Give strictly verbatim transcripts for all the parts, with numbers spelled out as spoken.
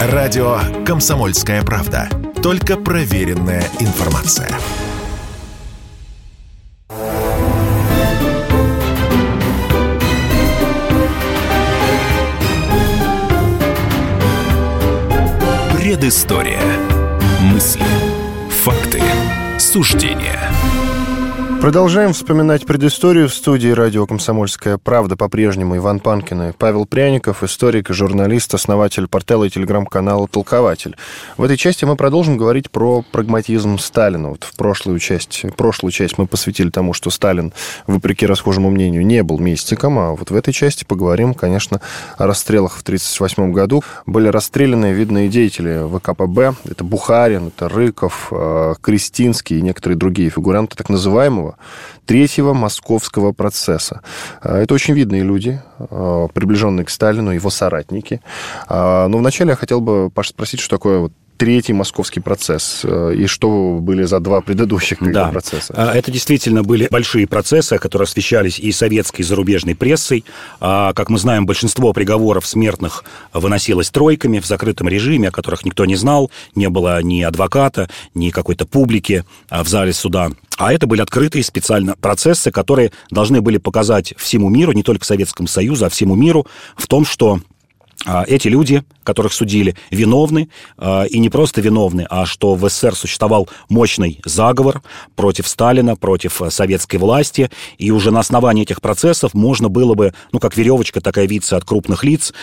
Радио «Комсомольская правда». Только проверенная информация. Предыстория. Мысли, факты, суждения. Продолжаем вспоминать предысторию. В студии радио «Комсомольская правда» по-прежнему Иван Панкин и Павел Пряников, историк и журналист, основатель портала и телеграм-канала «Толкователь». В этой части мы продолжим говорить про прагматизм Сталина. Вот в прошлую часть, прошлую часть мы посвятили тому, что Сталин, вопреки расхожему мнению, не был мистиком, а вот в этой части поговорим, конечно, о расстрелах в тысяча девятьсот тридцать восьмом году. Были расстреляны видные деятели ВКПБ. Это Бухарин, это Рыков, Крестинский и некоторые другие фигуранты так называемого Третьего Московского процесса. Это очень видные люди, приближенные к Сталину, его соратники. Но вначале я хотел бы, Паша, спросить, что такое вот Третий Московский процесс, и что были за два предыдущих да. процесса? Это действительно были большие процессы, которые освещались и советской, и зарубежной прессой. Как мы знаем, большинство приговоров смертных выносилось тройками в закрытом режиме, о которых никто не знал, не было ни адвоката, ни какой-то публики в зале суда. А это были открытые специально процессы, которые должны были показать всему миру, не только Советскому Союзу, а всему миру в том, что эти люди, которых судили, виновны, и не просто виновны, а что в СССР существовал мощный заговор против Сталина, против советской власти, и уже на основании этих процессов можно было бы, ну, как веревочка такая виться от крупных лиц,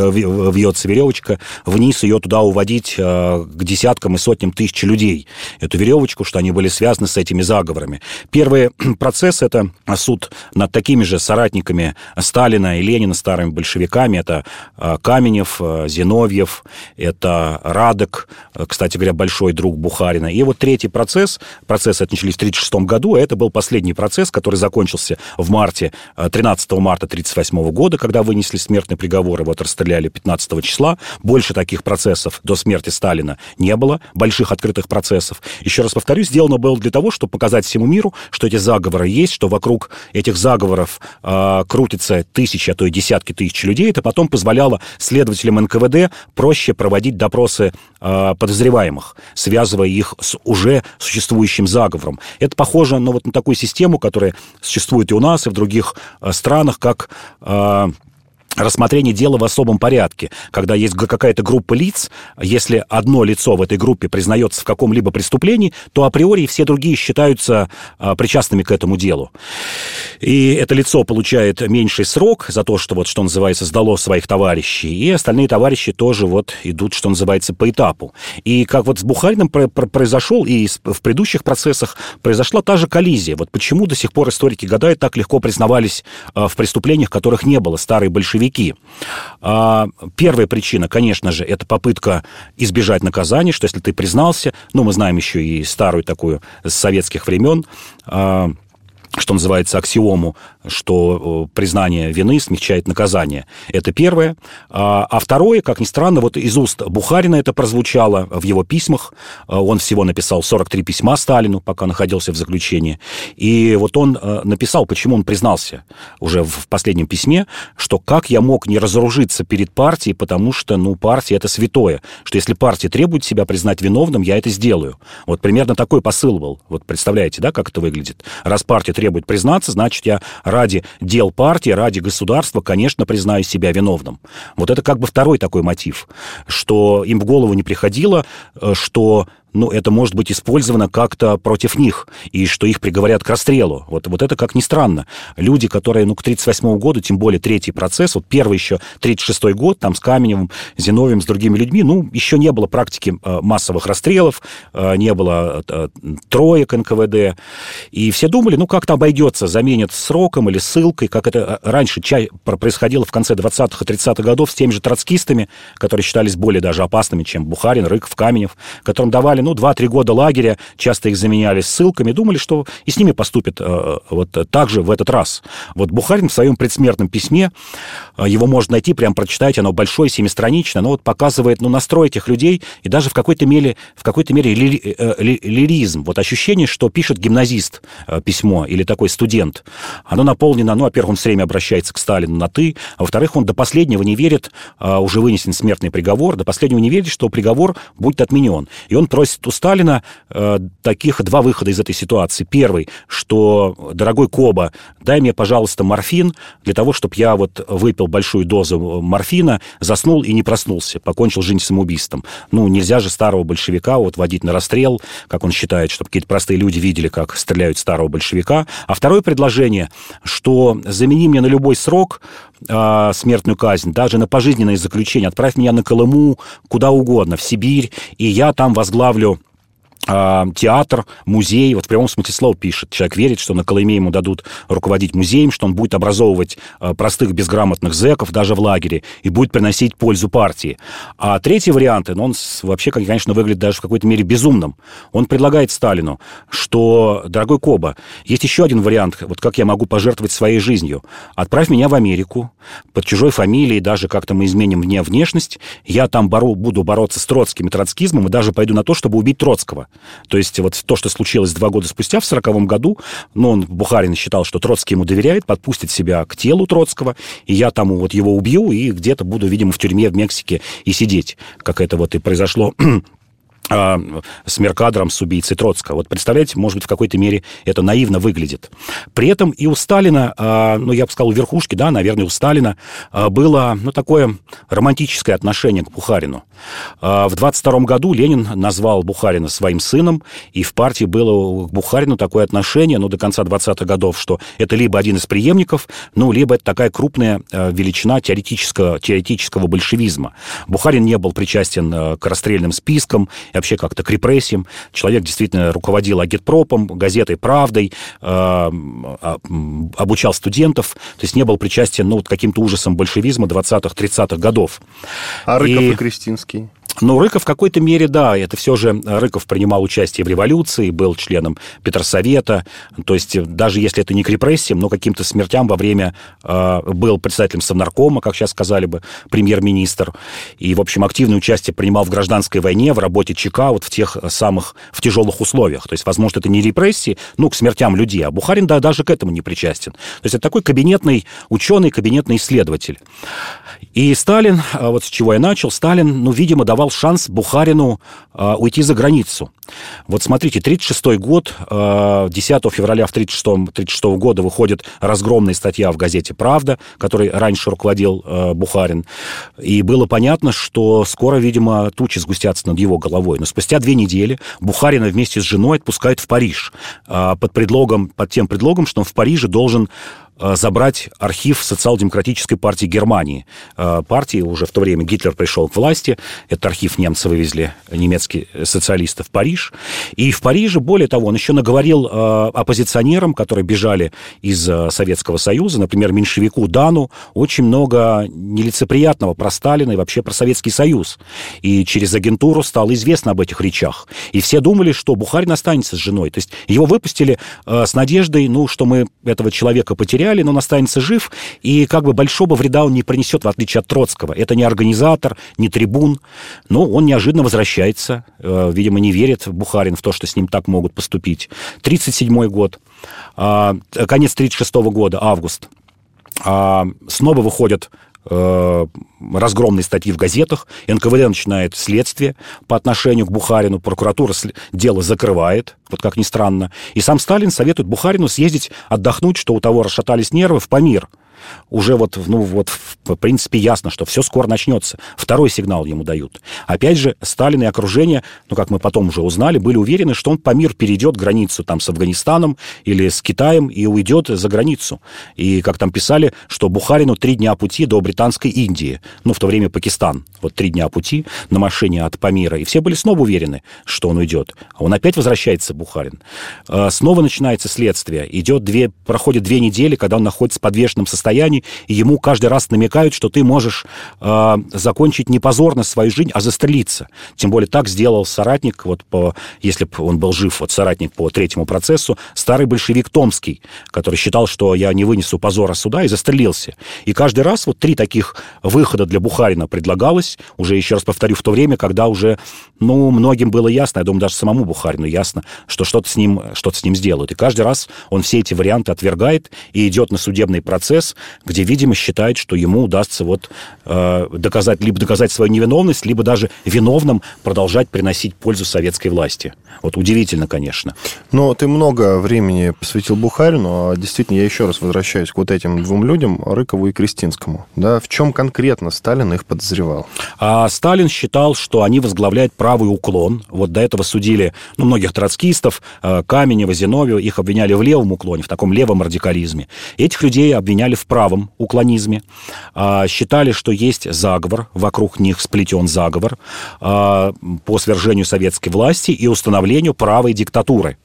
вьется веревочка, вниз ее туда уводить к десяткам и сотням тысяч людей. Эту веревочку, что они были связаны с этими заговорами. Первый процесс — это суд над такими же соратниками Сталина и Ленина, старыми большевиками, это Каменев, Зиновьев, это Радек, кстати говоря, большой друг Бухарина. И вот третий процесс, процессы это начались в тысяча девятьсот тридцать шестом году, а это был последний процесс, который закончился в марте, тринадцатого марта тысяча девятьсот тридцать восьмого года, когда вынесли смертный приговор, его расстреляли пятнадцатого числа. Больше таких процессов до смерти Сталина не было, больших открытых процессов. Еще раз повторюсь, сделано было для того, чтобы показать всему миру, что эти заговоры есть, что вокруг этих заговоров э, крутятся тысячи, а то и десятки тысяч людей. Это потом позволяло следователям эн ка вэ дэ проще проводить допросы э, подозреваемых, связывая их с уже существующим заговором. Это похоже ну, вот на такую систему, которая существует и у нас, и в других э, странах, как... Э, рассмотрение дела в особом порядке, когда есть какая-то группа лиц, если одно лицо в этой группе признается в каком-либо преступлении, то априори все другие считаются а, причастными к этому делу. И это лицо получает меньший срок за то, что, вот, что называется, сдало своих товарищей, и остальные товарищи тоже вот идут, что называется, по этапу. И как вот с Бухариным про- про- произошел, и в предыдущих процессах произошла та же коллизия. Вот почему до сих пор историки гадают, так легко признавались а, в преступлениях, которых не было, старые большевики. Первая причина, конечно же, это попытка избежать наказания, что если ты признался, ну, мы знаем еще и старую такую с советских времен, что называется, аксиому, что признание вины смягчает наказание. Это первое. А второе, как ни странно, вот из уст Бухарина это прозвучало в его письмах. Он всего написал сорок три письма Сталину, пока находился в заключении. И вот он написал, почему он признался уже в последнем письме, что как я мог не разоружиться перед партией, потому что, ну, партия — это святое. Что если партия требует себя признать виновным, я это сделаю. Вот примерно такой посыл был. Вот представляете, да, как это выглядит? Раз партия требует признаться, значит, я ради дел партии, ради государства, конечно, признаю себя виновным. Вот это как бы второй такой мотив, что им в голову не приходило, что... ну, это может быть использовано как-то против них, и что их приговорят к расстрелу. Вот, вот это как ни странно. Люди, которые, ну, к тридцать восьмому году, тем более третий процесс, вот первый еще тридцать шестой год, там с Каменевым, Зиновьевым, с другими людьми, ну, еще не было практики э, массовых расстрелов, э, не было э, троек эн ка вэ дэ, и все думали, ну, как-то обойдется, заменят сроком или ссылкой, как это раньше чай происходило в конце двадцатых и тридцатых годов с теми же троцкистами, которые считались более даже опасными, чем Бухарин, Рыков, Каменев, которым давали ну, два-три года лагеря, часто их заменяли ссылками, думали, что и с ними поступят э, вот так же в этот раз. Вот Бухарин в своем предсмертном письме, э, его можно найти, прям прочитать, оно большое, семистраничное, но вот показывает, ну, настрой этих людей, и даже в какой-то мере, в какой-то мере ли, э, ли, лиризм. Вот ощущение, что пишет гимназист э, письмо или такой студент. Оно наполнено, ну, во-первых, он все время обращается к Сталину на «ты», а во-вторых, он до последнего не верит, э, уже вынесен смертный приговор, до последнего не верит, что приговор будет отменен. И он просит у Сталина э, таких два выхода из этой ситуации. Первый, что, дорогой Коба, дай мне, пожалуйста, морфин для того, чтобы я вот выпил большую дозу морфина, заснул и не проснулся, покончил жизнь самоубийством. Ну, нельзя же старого большевика вот водить на расстрел, как он считает, чтобы какие-то простые люди видели, как стреляют старого большевика. А второе предложение, что замени мне на любой срок э, смертную казнь, даже на пожизненное заключение, отправь меня на Колыму, куда угодно, в Сибирь, и я там возглавлю театр, музей, вот в прямом смысле слова пишет. Человек верит, что на Колыме ему дадут руководить музеем, что он будет образовывать простых безграмотных зэков даже в лагере и будет приносить пользу партии. А третий вариант, ну, он вообще, конечно, выглядит даже в какой-то мере безумным. Он предлагает Сталину, что, дорогой Коба, есть еще один вариант, вот как я могу пожертвовать своей жизнью. Отправь меня в Америку под чужой фамилией, даже как-то мы изменим мне внешность, я там бору, буду бороться с троцким и троцкизмом и даже пойду на то, чтобы убить Троцкого. То есть вот то, что случилось два года спустя, в сороковом году, ну, он, Бухарин, считал, что Троцкий ему доверяет, подпустит себя к телу Троцкого, и я там вот его убью, и где-то буду, видимо, в тюрьме в Мексике и сидеть, как это вот и произошло с Меркадором, с убийцей Троцкого. Вот представляете, может быть, в какой-то мере это наивно выглядит. При этом и у Сталина, ну, я бы сказал, у верхушки, да, наверное, у Сталина было, ну, такое романтическое отношение к Бухарину. В двадцать втором году Ленин назвал Бухарина своим сыном, и в партии было к Бухарину такое отношение, ну, до конца двадцатых годов, что это либо один из преемников, ну, либо это такая крупная величина теоретического, теоретического большевизма. Бухарин не был причастен к расстрельным спискам, и вообще как-то к репрессиям. Человек действительно руководил агитпропом, газетой «Правдой», э, обучал студентов, то есть не был причастен, ну, вот, каким-то ужасам большевизма двадцатых-тридцатых годов. А Рыков и, и Крестинский? Ну, Рыков в какой-то мере, да, это все же Рыков принимал участие в революции, был членом Петросовета, то есть даже если это не к репрессиям, но каким-то смертям во время э, был председателем Совнаркома, как сейчас сказали бы, премьер-министр, и, в общем, активное участие принимал в гражданской войне, в работе ЧК, вот в тех самых, в тяжелых условиях. То есть, возможно, это не репрессии, ну, к смертям людей, а Бухарин, да, даже к этому не причастен. То есть, это такой кабинетный ученый, кабинетный исследователь. И Сталин, вот с чего я начал, Сталин, ну, видимо, давал шанс Бухарину э, уйти за границу. Вот смотрите, тридцать шестой год, э, десятого февраля тридцать шестого года выходит разгромная статья в газете «Правда», которой раньше руководил э, Бухарин. И было понятно, что скоро, видимо, тучи сгустятся над его головой. Но спустя две недели Бухарина вместе с женой отпускают в Париж э, под предлогом, под тем предлогом, что он в Париже должен забрать архив социал-демократической партии Германии. Партии уже в то время Гитлер пришел к власти. Этот архив немцы вывезли, немецкие социалисты, в Париж. И в Париже, более того, он еще наговорил оппозиционерам, которые бежали из Советского Союза, например, меньшевику Дану, очень много нелицеприятного про Сталина и вообще про Советский Союз. И через агентуру стало известно об этих речах. И все думали, что Бухарин останется с женой. То есть его выпустили с надеждой, ну, что мы этого человека потеряли, но он останется жив, и как бы большого вреда он не принесет, в отличие от Троцкого. Это не организатор, не трибун, но он неожиданно возвращается, видимо, не верит Бухарин в то, что с ним так могут поступить. тридцать седьмой год, конец тридцать шестого года, август, снова выходят разгромные статьи в газетах, эн ка вэ дэ начинает следствие по отношению к Бухарину, прокуратура дело закрывает, вот как ни странно, и сам Сталин советует Бухарину съездить отдохнуть, что у того расшатались нервы, в Памир. Уже вот, ну, вот, в принципе, ясно, что все скоро начнется. Второй сигнал ему дают. Опять же, Сталин и окружение, ну, как мы потом уже узнали, были уверены, что он Памир перейдет границу там с Афганистаном или с Китаем и уйдет за границу. И, как там писали, что Бухарину три дня пути до британской Индии. Ну, в то время Пакистан. Вот три дня пути на машине от Памира. И все были снова уверены, что он уйдет. А он опять возвращается, Бухарин. Снова начинается следствие. Идет две, проходит две недели, когда он находится в подвешенном состоянии. состоянии, и ему каждый раз намекают, что ты можешь э, закончить не позорно свою жизнь, а застрелиться. Тем более так сделал соратник, вот по, если бы он был жив, вот соратник по третьему процессу, старый большевик Томский, который считал, что я не вынесу позора суда, и застрелился. И каждый раз вот три таких выхода для Бухарина предлагалось, уже, еще раз повторю, в то время, когда уже, ну, многим было ясно, я думаю, даже самому Бухарину ясно, что что-то с ним, что-то с ним сделают. И каждый раз он все эти варианты отвергает и идет на судебный процесс, где, видимо, считает, что ему удастся вот э, доказать, либо доказать свою невиновность, либо даже виновным продолжать приносить пользу советской власти. Вот удивительно, конечно. Но ты много времени посвятил Бухарину, а действительно, я еще раз возвращаюсь к вот этим двум людям, Рыкову и Крестинскому. Да, в чем конкретно Сталин их подозревал? А Сталин считал, что они возглавляют правый уклон. Вот до этого судили, ну, многих троцкистов, Каменева, Зиновьева, их обвиняли в левом уклоне, в таком левом радикализме. Этих людей обвиняли в правом уклонизме. Считали, что есть заговор, вокруг них сплетен заговор по свержению советской власти и установлению правой диктатуры.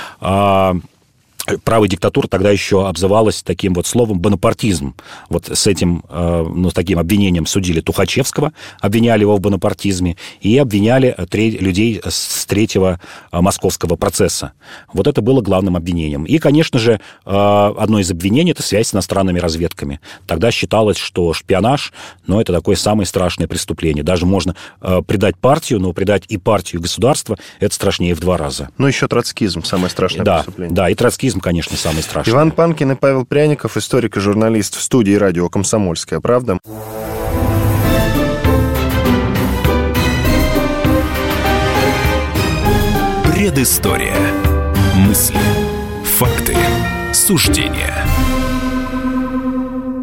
Правая диктатура тогда еще обзывалась таким вот словом бонапартизм. Вот с этим, ну, с таким обвинением судили Тухачевского, обвиняли его в бонапартизме, и обвиняли людей с третьего московского процесса. Вот это было главным обвинением. И, конечно же, одно из обвинений – это связь с иностранными разведками. Тогда считалось, что шпионаж, ну, это такое самое страшное преступление. Даже можно предать партию, но предать и партию, и государство – это страшнее в два раза. Ну, еще троцкизм – самое страшное да, преступление. Да, и троцкизм, конечно, самый страшный. Иван Панкин и Павел Пряников, историк и журналист, в студии радио «Комсомольская правда». Предыстория. Мысли, факты, суждения.